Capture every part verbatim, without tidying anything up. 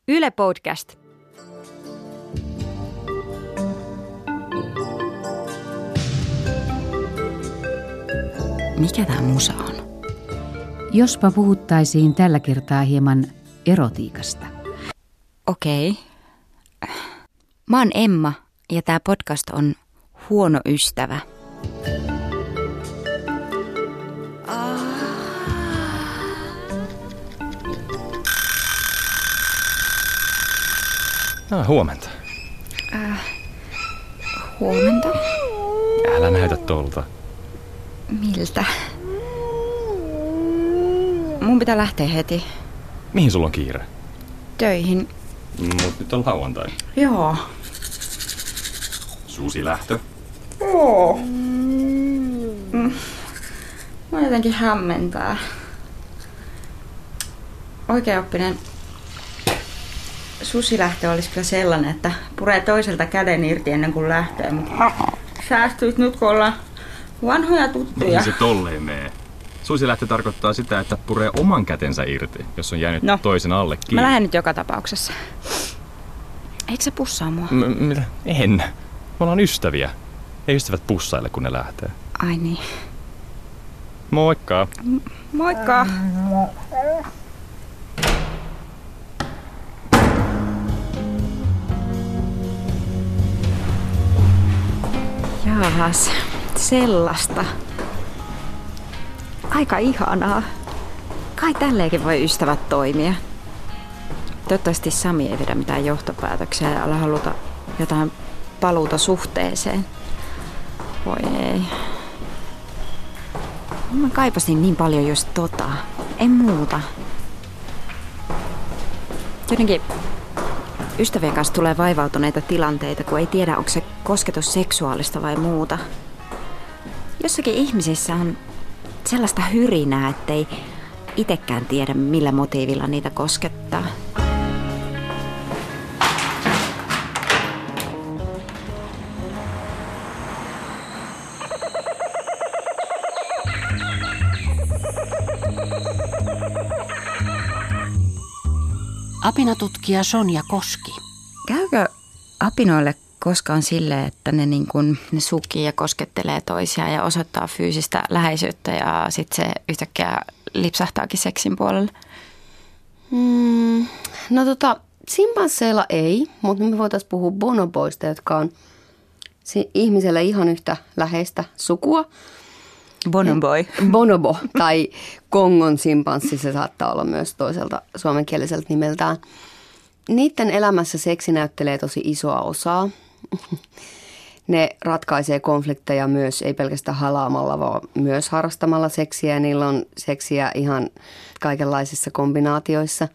Yle Podcast. Mikä tää musa on? Jospa puhuttaisiin tällä kertaa hieman erotiikasta. Okei. Mä oon Emma ja tää podcast on Huono ystävä. Ah, huomenta. Äh, huomenta? Älä näytä tolta. Miltä? Mun pitää lähteä heti. Mihin sulla on kiire? Töihin. Mut nyt on lauantai. Joo. Susi lähtö. Oo. Mm. Mä jotenkin hämmentää. Oikeaoppinen susilähtö olisi kyllä sellainen, että puree toiselta käden irti ennen kuin lähtee, mutta säästyisi nyt, kun ollaan vanhoja tuttuja. Ei se tolleen mee. Susilähtö tarkoittaa sitä, että puree oman kätensä irti, jos on jäänyt no, toisen alle kiinni. Mä lähden nyt joka tapauksessa. Eikö se pussaa mua? M- mitä? En. Me ollaan ystäviä. Ei ystävät pussaile, kun ne lähtee. Ai niin. Moikka. M- moikka. Jaahas, sellaista. Aika ihanaa. Kai tälleenkin voi ystävät toimia. Toivottavasti Sami ei vedä mitään johtopäätöksiä ja ala haluta jotain paluuta suhteeseen. Voi ei. Mä kaipasin niin paljon just tota. En muuta. Jotenkin ystävien kanssa tulee vaivautuneita tilanteita, kun ei tiedä, onko se kosketus seksuaalista vai muuta. Jossakin ihmisissä on sellaista hyrinää, ettei itsekään tiedä, millä motiivilla niitä koskettaa. Apinatutkija Sonja Koski. Käykö apinoille koskaan silleen, että ne, niin kun, ne sukii ja koskettelee toisiaan ja osoittaa fyysistä läheisyyttä ja sitten se yhtäkkiä lipsahtaakin seksin puolelle? Mm, no tota, simpansseilla ei, mutta me voitaisiin puhua bonoboista, jotka on ihmiselle ihan yhtä läheistä sukua. Bonoboy. Bonobo tai Kongon simpanssi, se saattaa olla myös toiselta suomenkieliseltä nimeltään. Niiden elämässä seksi näyttelee tosi isoa osaa. Ne ratkaisee konflikteja myös, ei pelkästään halaamalla, vaan myös harrastamalla seksiä. Niillä on seksiä ihan kaikenlaisissa kombinaatioissa.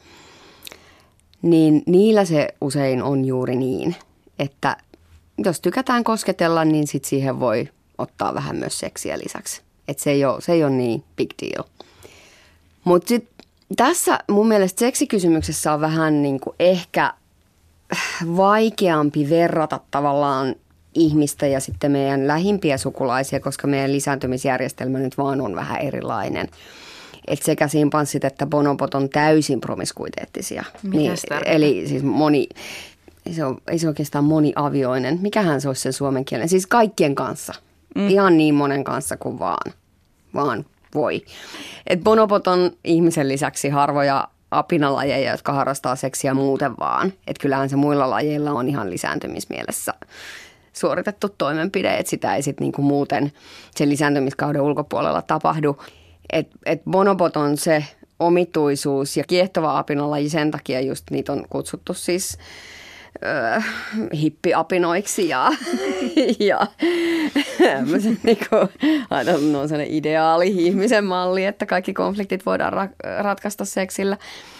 Niin niillä se usein on juuri niin, että jos tykätään kosketella, niin sit siihen voi ottaa vähän myös seksiä lisäksi. Että se ei ole, se ei ole niin big deal. Mutta sitten tässä mun mielestä seksikysymyksessä on vähän niin kuin ehkä vaikeampi verrata tavallaan ihmistä ja sitten meidän lähimpiä sukulaisia, koska meidän lisääntymisjärjestelmä nyt vaan on vähän erilainen. Että sekä simpanssit että bonobot on täysin promiskuiteettisia. Niin, eli siis moni, se on, ei se oikeastaan moniavioinen. Mikähän se olisi sen suomen kielen? Siis kaikkien kanssa. Mm. Ihan niin monen kanssa kuin vaan. Vaan voi. Et bonobot on ihmisen lisäksi harvoja apinalajeja, jotka harrastaa seksiä muuten vaan. Että kyllähän se muilla lajeilla on ihan lisääntymismielessä suoritettu toimenpide, että sitä ei sitten niinku muuten sen lisääntymiskauden ulkopuolella tapahdu. Että et bonobot on se omituisuus ja kiehtova apinalaji, sen takia just niitä on kutsuttu siis öö, hippiapinoiksi ja, ja niinku, aina on sellainen ideaali ihmisen malli, että kaikki konfliktit voidaan ra- ratkaista seksillä.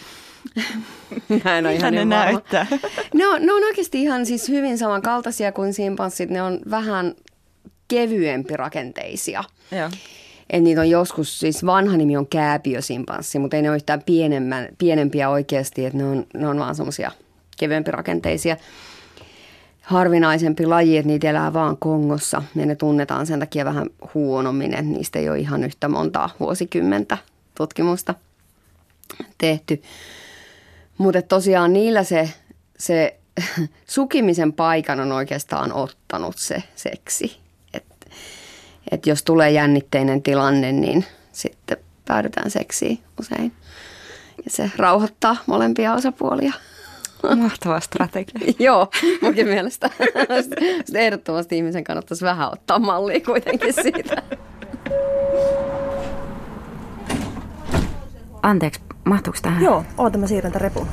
Mä en ole ihan ne niin näyttää? No, ne on oikeasti ihan siis hyvin samankaltaisia kuin simpanssit. Ne on vähän kevyempi rakenteisia. Joo. Et niitä on joskus, siis vanha nimi on kääpiösimpanssi, mutta ei ne ole yhtään pienemmän, pienempiä oikeasti. Että ne on, ne on vaan semmoisia kevyempi rakenteisia. Harvinaisempi laji, että niitä elää vaan Kongossa. Ja ne tunnetaan sen takia vähän huonommin, että niistä ei ole ihan yhtä montaa vuosikymmentä tutkimusta tehty. Mutta tosiaan niillä se, se sukimisen paikan on oikeastaan ottanut se seksi. Että et jos tulee jännitteinen tilanne, niin sitten päädytään seksiin usein. Ja se rauhoittaa molempia osapuolia. Mahtava strategia. Joo, munkin mielestä. Sitten ehdottomasti ihmisen kannattaisi vähän ottaa mallia kuitenkin siitä. Anteeksi, mahtuuko tähän? Joo, oota mä siirrän tämän repun.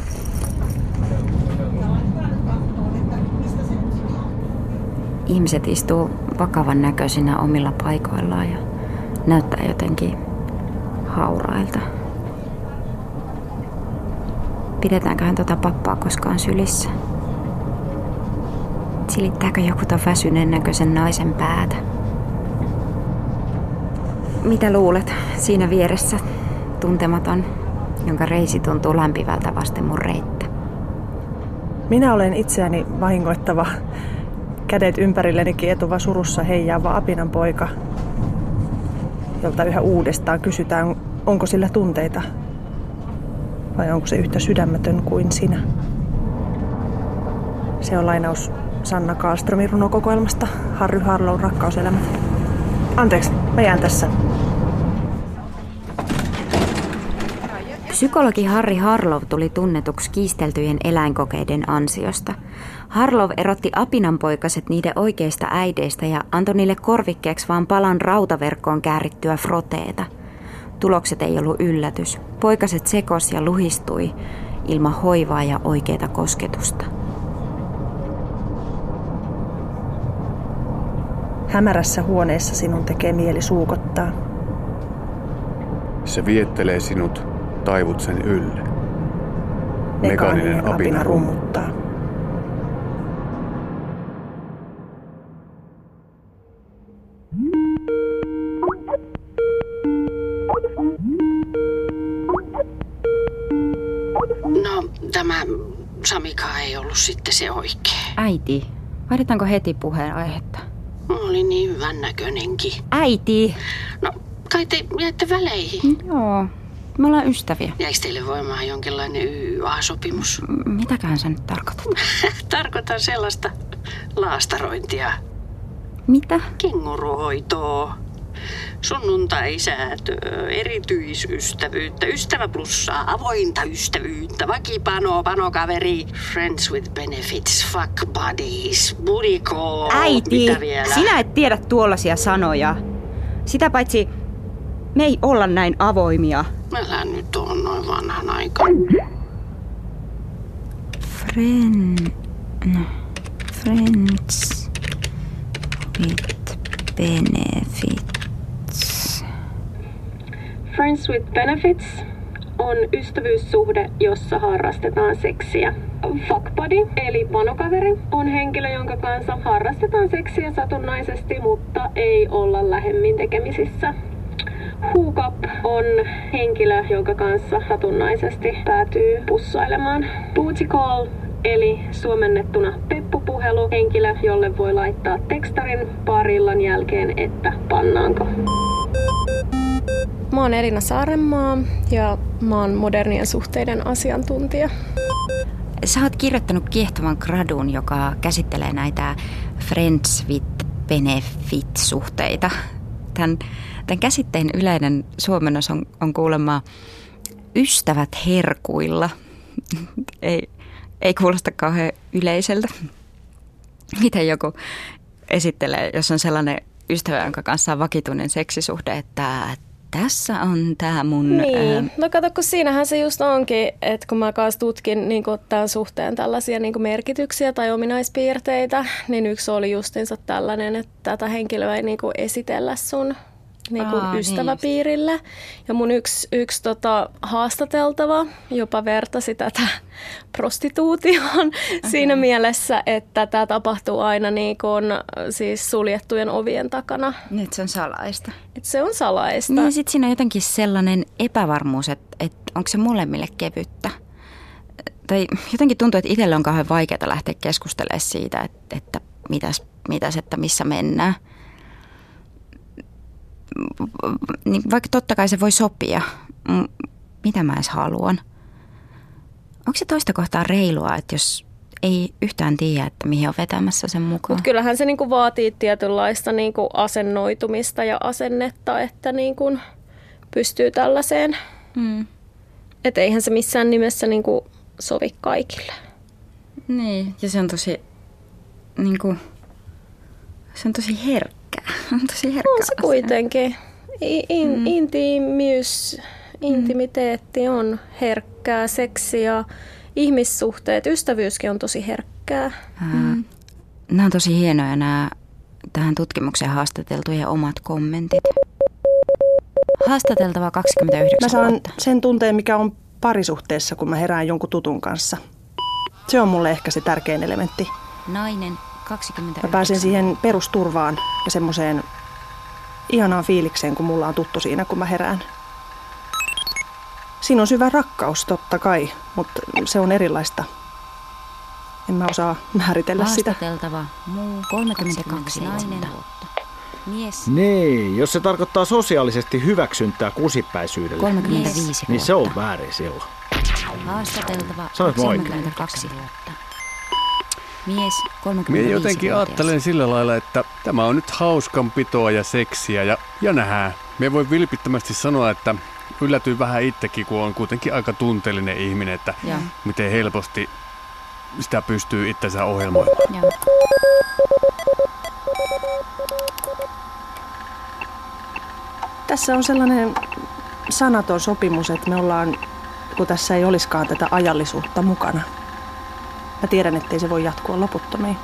Ihmiset istuu vakavan näköisinä omilla paikoillaan ja näyttää jotenkin haurailta. Pidetäänköhän tuota pappaa koskaan sylissä? Silittääkö joku ton väsyneen näköisen naisen päätä? Mitä luulet siinä vieressä? Tuntematon, jonka reisi tuntuu lämpivältä vasten mun reittä. Minä olen itseäni vahingoittava, kädet ympärilleni kietuva surussa heijaava apinan poika, jolta yhä uudestaan kysytään, onko sillä tunteita vai onko se yhtä sydämetön kuin sinä. Se on lainaus Sanna Karlströmin runokokoelmasta Harry Harlown Rakkauselämät. Anteeksi, mä jään tässä. Psykologi Harry Harlow tuli tunnetuksi kiisteltyjen eläinkokeiden ansiosta. Harlow erotti apinanpoikaset niiden oikeista äideistä ja antoi niille korvikkeeksi vaan palan rautaverkkoon käärittyä froteeta. Tulokset ei ollut yllätys. Poikaset sekos ja luhistui ilman hoivaa ja oikeita kosketusta. Hämärässä huoneessa sinun tekee mieli suukottaa. Se viettelee sinut, taivut sen ylle. Mekaaninen apina rummuttaa. No, tämä Samika ei ollut sitten se oikea. Äiti, vaihdetaanko heti puheenaihetta? Oli niin hyvän näköinenkin. Äiti! No, kai te jäätte väleihin. Joo, me ollaan ystäviä. Jäikö teille voimaan jonkinlainen Y Y A-sopimus? Mitäköhän sä nyt tarkoitat? Tarkoitan sellaista laastarointia. Mitä? Kenguruhoitoa, sunnuntaisäätöä, erityisystävyyttä, ystäväplussaa, avointa ystävyyttä, vakipano, panokaveri, friends with benefits, fuck buddies, booty call, Äiti, mitä vielä? sinä et tiedä tuollaisia sanoja. Sitä paitsi me ei olla näin avoimia. Älä nyt on noin vanhan aika. Friend... No, friends with benefits. Friends with benefits on ystävyyssuhde, jossa harrastetaan seksiä. Fuck buddy, eli panokaveri, on henkilö, jonka kanssa harrastetaan seksiä satunnaisesti, mutta ei olla lähemmin tekemisissä. Hookup on henkilö, jonka kanssa satunnaisesti päätyy pussailemaan. Booty call, eli suomennettuna peppupuhelu, henkilö, jolle voi laittaa tekstarin parillan jälkeen, että pannaanko. Mä oon Elina Saarenmaa ja mä oon modernien suhteiden asiantuntija. Sä oot kirjoittanut kiehtovan gradun, joka käsittelee näitä friends with benefit-suhteita. Tämän, tämän käsitteen yleinen suomennos on, on kuulemma ystävät herkuilla. ei, ei kuulosta kauhean yleiseltä. Miten joku esittelee, jos on sellainen ystävä, jonka kanssa on vakituinen seksisuhde, että tässä on tää mun... Niin, no kato, kun siinähän se just onkin, että kun mä kanssa tutkin niin tämän suhteen tällaisia niin merkityksiä tai ominaispiirteitä, niin yksi oli justiinsa tällainen, että tätä henkilöä ei niin esitellä sun niin kuin Aa, ystäväpiirille. Niin. Ja mun yksi, yksi tota, haastateltava jopa vertasi tätä prostituutioon okay. siinä mielessä, että tämä tapahtuu aina niin kuin, siis suljettujen ovien takana. Nyt se on salaista. Että se on salaista. Niin sitten siinä on jotenkin sellainen epävarmuus, että, että onko se molemmille kevyttä. Tai jotenkin tuntuu, että itselle on kauhean vaikeaa lähteä keskustelemaan siitä, että, että mitäs, mitäs, että missä mennään. Niin vaikka totta kai se voi sopia, mitä mä edes haluan. onko se toista kohtaa reilua, että jos ei yhtään tiedä, että mihin on vetämässä sen mukaan? Mutta kyllähän se niinku vaatii tietynlaista niinku asennoitumista ja asennetta, että niinku pystyy tällaiseen. Mm. Että eihän se missään nimessä niinku sovi kaikille. Niin, ja se on tosi, niinku, se on tosi herkkää. On tosi herkkä on se asia. Kuitenkin. In, mm. Intiimiys, intimiteetti on herkkää, seksi ja ihmissuhteet, ystävyyskin on tosi herkkää. Mm. Nämä on tosi hienoja nämä tähän tutkimukseen haastateltujen omat kommentit. Haastateltava kaksikymmentäyhdeksän Mä saan vuotta. sen tunteen, mikä on parisuhteessa, kun mä herään jonkun tutun kanssa. Se on mulle ehkä se tärkein elementti. Nainen kaksikymmentäyhdeksän. Mä pääsen siihen perusturvaan ja semmoiseen ihanaan fiilikseen, kun mulla on tuttu siinä, kun mä herään. Siinä on syvä rakkaus, totta kai, mutta se on erilaista. En mä osaa määritellä sitä. Haastateltava muu kolmekymmentäkaksi nainen. Mies. Niin, jos se tarkoittaa sosiaalisesti hyväksyntää kusipäisyydelle, kolmekymmentäviisi niin se on väärin silloin. Haastateltava kolmekymmentäkaksi vuotta. Mies kolmekymmentäviisi. Minä jotenkin ajattelen sillä lailla, että tämä on nyt hauskanpitoa ja seksiä ja, ja nähdään. Me voi vilpittömästi sanoa, että yllätyy vähän itsekin, kun on kuitenkin aika tunteellinen ihminen, että ja. miten helposti sitä pystyy itsensä ohjelmoimaan. Ja. Tässä on sellainen sanaton sopimus, että me ollaan, kun tässä ei olisikaan tätä ajallisuutta mukana. Mä tiedän, ettei se voi jatkua loputtomiin.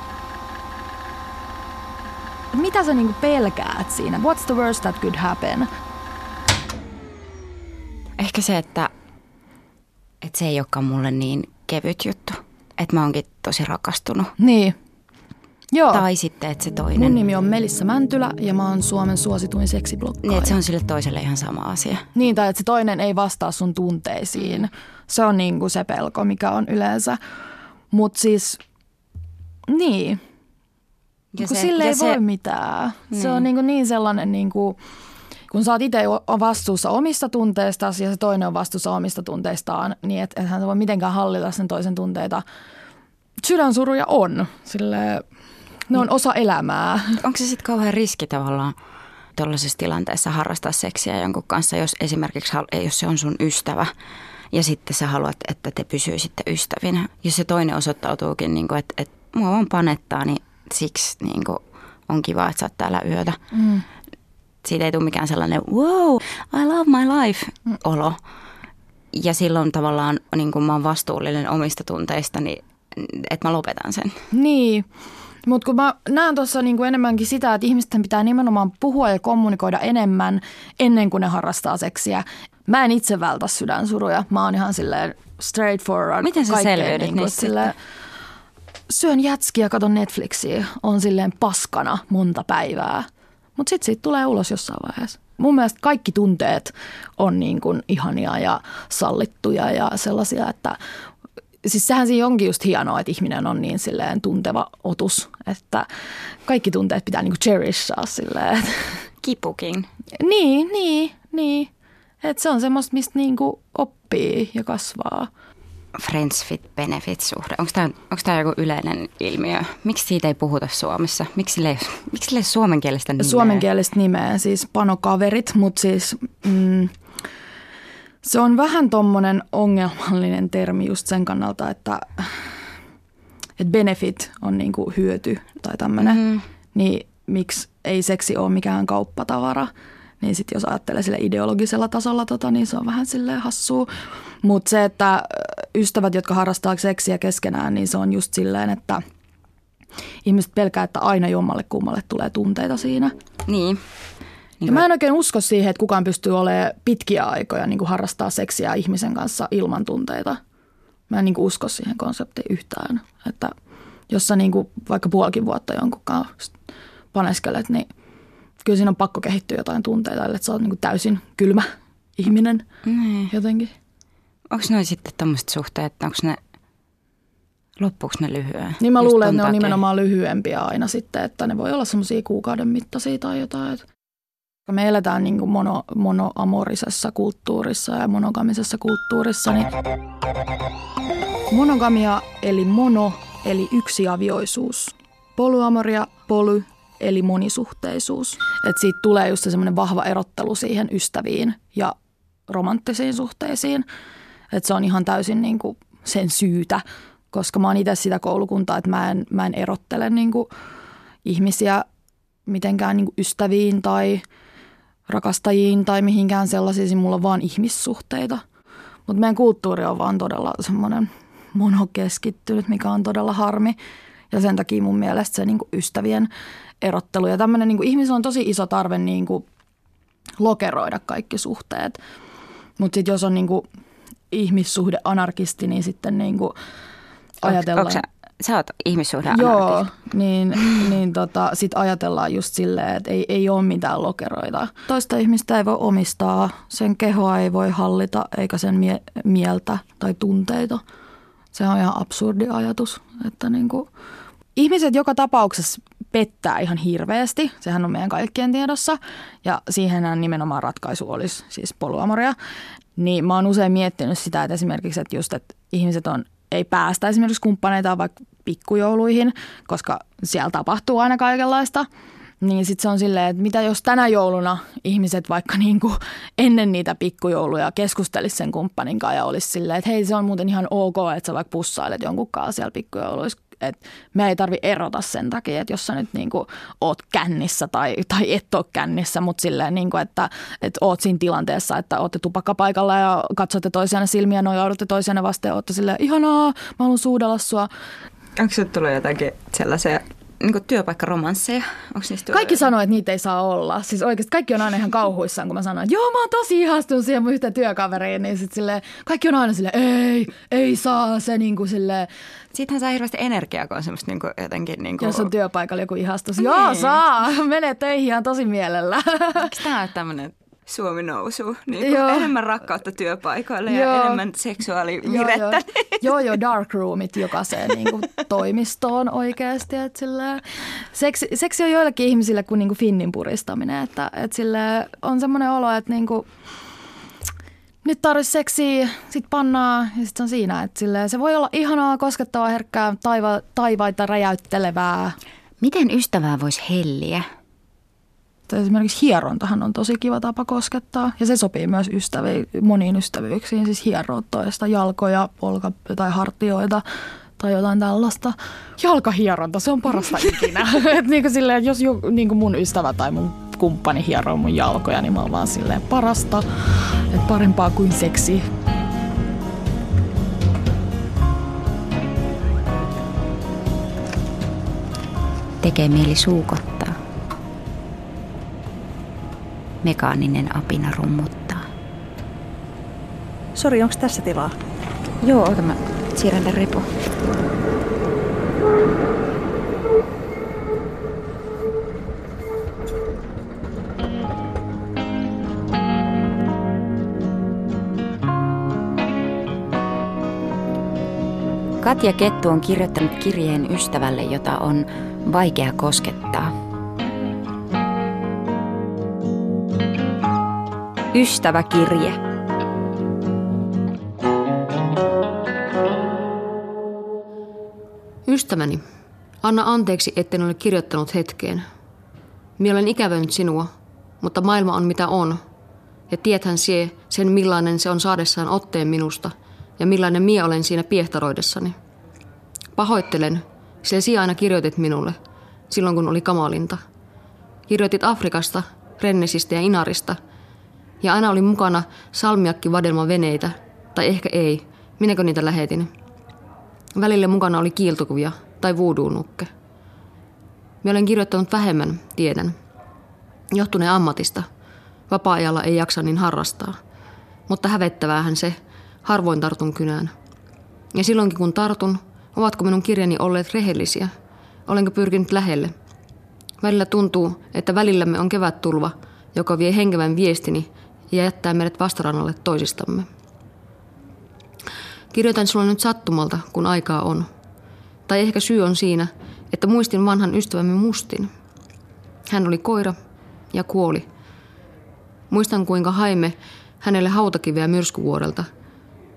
Mitä sä niinku pelkäät siinä? What's the worst that could happen? Ehkä se, että, että se ei olekaan mulle niin kevyt juttu. Että mä oonkin tosi rakastunut. Niin. Joo. Tai sitten, että se toinen. Mun nimi on Melissa Mäntylä ja mä oon Suomen suosituin seksibloggaaja. Niin, että se on sille toiselle ihan sama asia. Niin, tai että se toinen ei vastaa sun tunteisiin. Se on niinku se pelko, mikä on yleensä. Mut siis, niin. Ja kun se, sille ei se, voi mitään. Niin. Se on niinku niin sellainen, niinku, kun sä oot itse vastuussa omista tunteistasi ja se toinen on vastuussa omista tunteistaan, niin et, ethän sä voi mitenkään hallita sen toisen tunteita. Sydänsuruja on. Silleen, ne on osa elämää. Onko se sitten kauhean riski tavallaan tuollaisessa tilanteessa harrastaa seksiä jonkun kanssa, jos esimerkiksi jos se on sun ystävä ja sitten sä haluat, että te pysyisitte ystävinä. Jos se toinen osoittautuukin, niin kuin, että, että mua vaan panettaa, niin siksi niin kuin, on kiva, että sä oot täällä yötä. Mm. Siitä ei tule mikään sellainen wow, I love my life olo. Ja silloin tavallaan niin kuin mä oon vastuullinen omista tunteistani, että mä lopetan sen. Niin, mutta kun mä näen tuossa niinku enemmänkin sitä, että ihmisten pitää nimenomaan puhua ja kommunikoida enemmän ennen kuin ne harrastaa seksiä. Mä en itse vältä sydänsuruja. Mä oon ihan silleen straightforward. Miten sä selviydyt niinku, niistä silleen, syön jätskiä, katon Netflixiä. On silleen paskana monta päivää. Mutta sitten siitä tulee ulos jossain vaiheessa. Mun mielestä kaikki tunteet on niin kuin ihania ja sallittuja ja sellaisia, että siis sehän siinä onkin just hienoa, että ihminen on niin silleen tunteva otus, että kaikki tunteet pitää niinku cherishaa silleen. Kipukin. Niin, niin, niin. Että se on semmoista, mistä niinku oppii ja kasvaa. Friends with benefit-suhde. Onko tämä, onko tämä joku yleinen ilmiö? Miksi siitä ei puhuta Suomessa? Miksi sille, miksi sille suomenkielistä nimeä? Suomenkielistä nimeä, siis panokaverit, mutta siis mm, se on vähän tommonen ongelmallinen termi just sen kannalta, että, että benefit on niinku hyöty tai tämmöinen. Mm-hmm. Niin miksi ei seksi ole mikään kauppatavara? Niin sitten jos ajattelee sille ideologisella tasolla, tota, niin se on vähän silleen hassua. Mutta se, että ystävät, jotka harrastaa seksiä keskenään, niin se on just silleen, että ihmiset pelkää, että aina jommalle kummalle tulee tunteita siinä. Niin. Ja mä en oikein usko siihen, että kukaan pystyy olemaan pitkiä aikoja niin kuin harrastaa seksiä ihmisen kanssa ilman tunteita. Mä en niin kuin usko siihen konseptiin yhtään. Että jos sä niin kuin vaikka puolikin vuotta jonkun kanssa paneskelet, niin kyllä siinä on pakko kehittyä jotain tunteita, että sä oot niin kuin täysin kylmä ihminen mm. jotenkin. Onko ne sitten tämmöiset suhteet, onko ne, loppuuko ne lyhyen? Niin mä luulen, että ne on nimenomaan lyhyempiä aina sitten, että ne voi olla semmoisia kuukauden mittaisia tai jotain. Me eletään niin kuin mono, monoamorisessa kulttuurissa ja monogamisessa kulttuurissa, niin Monogamia eli mono eli yksiavioisuus. Polyamoria, poly eli monisuhteisuus. Et siitä tulee just semmoinen vahva erottelu siihen ystäviin ja romanttisiin suhteisiin. Et se on ihan täysin niinku sen syytä, koska mä oon itse sitä koulukuntaa, että mä en, mä en erottele niinku ihmisiä mitenkään niinku ystäviin tai rakastajiin tai mihinkään sellaisiin. Mulla on vaan ihmissuhteita. Mutta meidän kulttuuri on vaan todella semmoinen monokeskittynyt, mikä on todella harmi. Ja sen takia mun mielestä se niinku ystävien erottelu ja tämmöinen niinku ihmisellä on tosi iso tarve niinku lokeroida kaikki suhteet. Mutta sitten jos on niinku ihmissuhdeanarkisti, niin sitten niinku ajatellaan... Onko sä, sä oot ihmissuhdeanarkisti? Joo, niin, niin tota, sitten ajatellaan just silleen, että ei, ei ole mitään lokeroita. Toista ihmistä ei voi omistaa, sen kehoa ei voi hallita eikä sen mie- mieltä tai tunteita. Se on ihan absurdi ajatus, että niinku... Ihmiset joka tapauksessa pettää ihan hirveästi, sehän on meidän kaikkien tiedossa ja siihenhän nimenomaan ratkaisu olisi siis polyamoria. Niin mä oon usein miettinyt sitä, että esimerkiksi, että just, että ihmiset on, ei päästä esimerkiksi kumppaneitaan vaikka pikkujouluihin, koska siellä tapahtuu aina kaikenlaista. Niin sitten se on silleen, että mitä jos tänä jouluna ihmiset vaikka niinku ennen niitä pikkujouluja keskustelisi sen kumppanin kanssa ja olisi silleen, että hei se on muuten ihan ok, että sä vaikka pussailet jonkun kanssa siellä pikkujouluissa. Että me ei tarvi erota sen takia, että jos sä nyt niinku oot kännissä tai, tai et ole kännissä, mutta silleen, niinku, että, että oot siinä tilanteessa, että ootte tupakkapaikalla ja katsotte toisiaan silmiä, nojaudutte toisiaan vastaan ja ootte silleen, ihanaa, mä haluan suudella sua. Onko se tullut jotakin sellaisia niin työpaikkaromansseja? Kaikki sanoo, että niitä ei saa olla. Siis oikeasti kaikki on aina ihan kauhuissaan, kun mä sanon, että joo, mä oon tosi ihastunut siihen mun yhteen työkaveriin. Niin sit silleen, kaikki on aina silleen, ei, ei saa se niin kuin silleen. Siitähän saa hirveästi energiaa, kun on semmoista niin kuin jotenkin. Niin kuin... Jos on työpaikalla joku ihastus. Niin. Joo, saa. Menee töihin ihan tosi mielellä. Eikö tämä ole tämmöinen Suomi nousu? Niin enemmän rakkautta työpaikoille ja joo. enemmän seksuaalivirettä. Joo, joo, joo dark roomit jokaiseen niin kuin toimistoon oikeasti. Että sillä, seksi, seksi on joillekin ihmisille kuin, niin kuin finnin puristaminen. Että, että sillä on semmoinen olo, että niin kuin, nyt tarvitsisi seksiä, sit pannaa ja sitten on siinä. Että sillä, se voi olla ihanaa, koskettavaa, herkkää, taiva, taivaita räjäyttelevää. Miten ystävää voisi helliä? Esimerkiksi hierontahan on tosi kiva tapa koskettaa ja se sopii myös ystäviin, moniin ystävyyksiin, siis hieroa toista jalkoja, polka- tai hartioita tai jotain tällaista. Jalkahieronta, se on parasta ikinä. Et niin kuin silleen, jos jo, niin kuin mun ystävä tai mun kumppani hieroo mun jalkoja, niin mä oon vaan silleen parasta, että parempaa kuin seksi. Tekee mieli suukottaa. Mekaaninen apina rummuttaa. Sori, onko tässä tilaa? Joo, ota mä siirrän tämän repo. Katja Kettu on kirjoittanut kirjeen ystävälle, jota on vaikea koskettaa. Ystäväkirje. Ystäväni, anna anteeksi, etten ole kirjoittanut hetkeen. Mie olen ikävönyt sinua, mutta maailma on mitä on. Ja tiedäthän sie sen, millainen se on saadessaan otteen minusta ja millainen mie olen siinä piehtaroidessani. Pahoittelen, sillä sinä aina kirjoitit minulle, silloin kun oli kamalinta. Kirjoitit Afrikasta, Rennesistä ja Inarista, ja aina oli mukana salmiakki-vadelman veneitä, tai ehkä ei, minäkö niitä lähetin. Välillä mukana oli kiiltokuvia tai voodoo-nukke. Minä olen kirjoittanut vähemmän, tiedän. Johtuneen ammatista. Vapaa-ajalla ei jaksa niin harrastaa. Mutta hävettäväähän se, harvoin tartun kynään. Ja silloinkin kun tartun, ovatko minun kirjani olleet rehellisiä? Olenko pyrkinyt lähelle? Välillä tuntuu, että välillämme on kevättulva, joka vie henkevän viestini ja jättää meidät vastarannalle toisistamme. Kirjoitan sulle nyt sattumalta, kun aikaa on. Tai ehkä syy on siinä, että muistin vanhan ystävämme Mustin. Hän oli koira ja kuoli. Muistan, kuinka haimme hänelle hautakiveä myrskyvuorelta.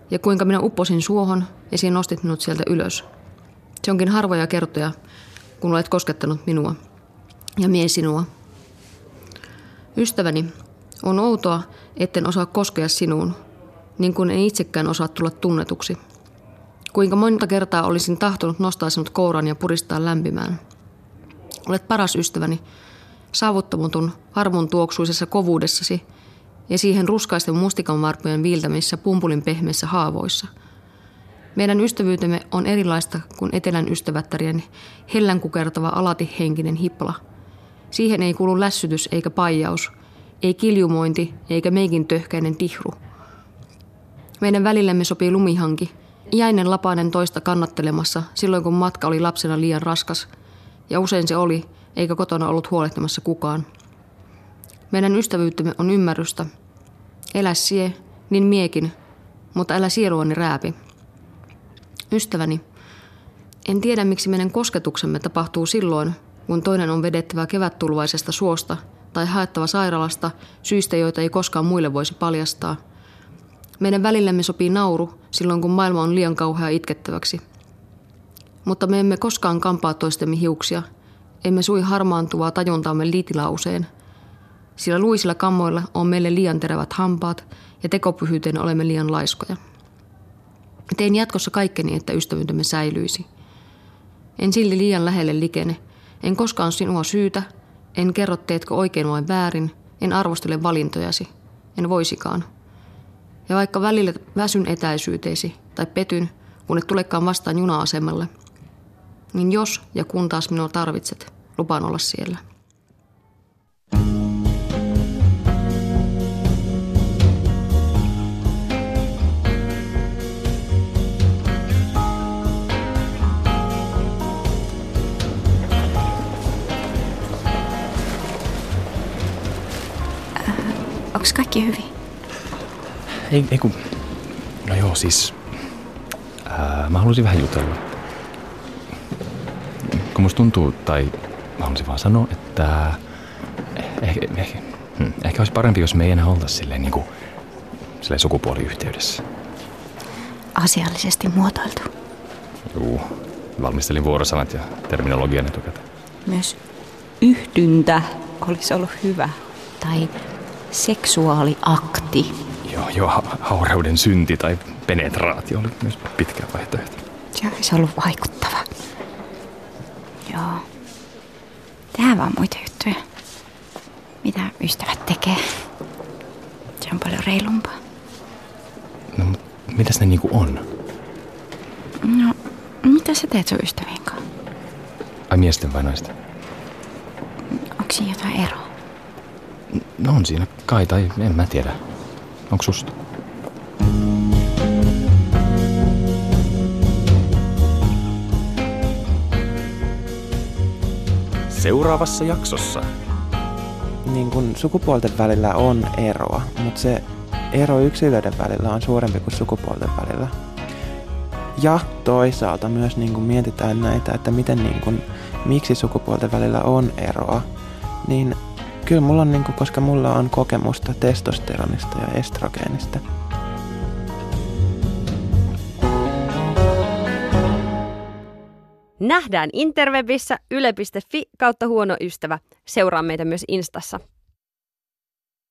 Ja kuinka minä upposin suohon ja sinä nostit minut sieltä ylös. Se onkin harvoja kertoja, kun olet koskettanut minua ja mie sinua. Ystäväni, on outoa, etten osaa koskea sinuun, niin kuin en itsekään osaa tulla tunnetuksi. Kuinka monta kertaa olisin tahtonut nostaa sinut kouraan ja puristaa lämpimään. Olet paras ystäväni, saavuttamaton harvon tuoksuisessa kovuudessasi ja siihen ruskaisten mustikanvarpojen viiltämissä pumpulin pehmeissä haavoissa. Meidän ystävyytemme on erilaista kuin etelän ystävättärien hellän kukertava alatihenkinen hipla. Siihen ei kuulu lässytys eikä paijaus, ei kiljumointi eikä meikin töhkäinen tihru. Meidän välillemme sopii lumihanki, jäinen lapainen toista kannattelemassa silloin kun matka oli lapsena liian raskas, ja usein se oli, eikä kotona ollut huolehtimassa kukaan. Meidän ystävyytemme on ymmärrystä. Elä sie, niin miekin, mutta älä sieluani rääpi. Ystäväni, en tiedä miksi meidän kosketuksemme tapahtuu silloin, kun toinen on vedettävä kevättulvaisesta suosta tai haettava sairaalasta syistä, joita ei koskaan muille voisi paljastaa. Meidän välillemme sopii nauru silloin, kun maailma on liian kauhea itkettäväksi. Mutta me emme koskaan kampaa toistemme hiuksia, emme sui harmaantuvaa tajuntaamme liitilauuseen, sillä luisilla kammoilla on meille liian terävät hampaat ja tekopyhyyteen olemme liian laiskoja. Tein jatkossa kaikkeni, että ystävyytemme säilyisi. En silti liian lähelle likene, en koskaan sinua syytä, en kerro teetkö oikein vai väärin, en arvostele valintojasi, en voisikaan. Ja vaikka välillä väsyn etäisyyteesi tai petyn, kun et tulekaan vastaan juna-asemalle, niin jos ja kun taas minua tarvitset, lupaan olla siellä. Onko kaikki hyvin? Ei, ei kun... No joo, siis... Ää, mä halusin vähän jutella. Kun musta tuntuu, tai mä halusin vaan sanoa, että... Eh, eh, eh, hmm, ehkä olisi parempi, jos me ei enää oltaisi silleen niinku... Silleen sukupuoliyhteydessä. Asiallisesti muotoiltu. Juu, valmistelin vuorosanat ja terminologian etukäteen. Myös yhdyntä olisi ollut hyvä. Tai seksuaaliakti. Joo, joo, ha- haureuden synti tai penetraatio oli myös pitkä vaihtoehto. Se olisi ollut vaikuttava. Joo. Tehdään vaan muita juttuja. Mitä ystävät tekee. Se on paljon reilumpaa. No, mitäs ne niinku on? No, mitä sä teet sun ystävien kanssa? Ai miesten vai naisten? Onko siinä jotain eroa? No on siinä kai, tai en mä tiedä. Onko susta? Seuraavassa jaksossa. Niin kun sukupuolten välillä on eroa, mutta se ero yksilöiden välillä on suurempi kuin sukupuolten välillä. Ja toisaalta myös niin kun mietitään näitä, että miten niin kun, miksi sukupuolten välillä on eroa, niin kyllä mulla on, niin kun, koska mulla on kokemusta testosteronista ja estrogeenista. Nähdään interwebissä yle piste fi kautta huono ystävä. Seuraa meitä myös Instassa.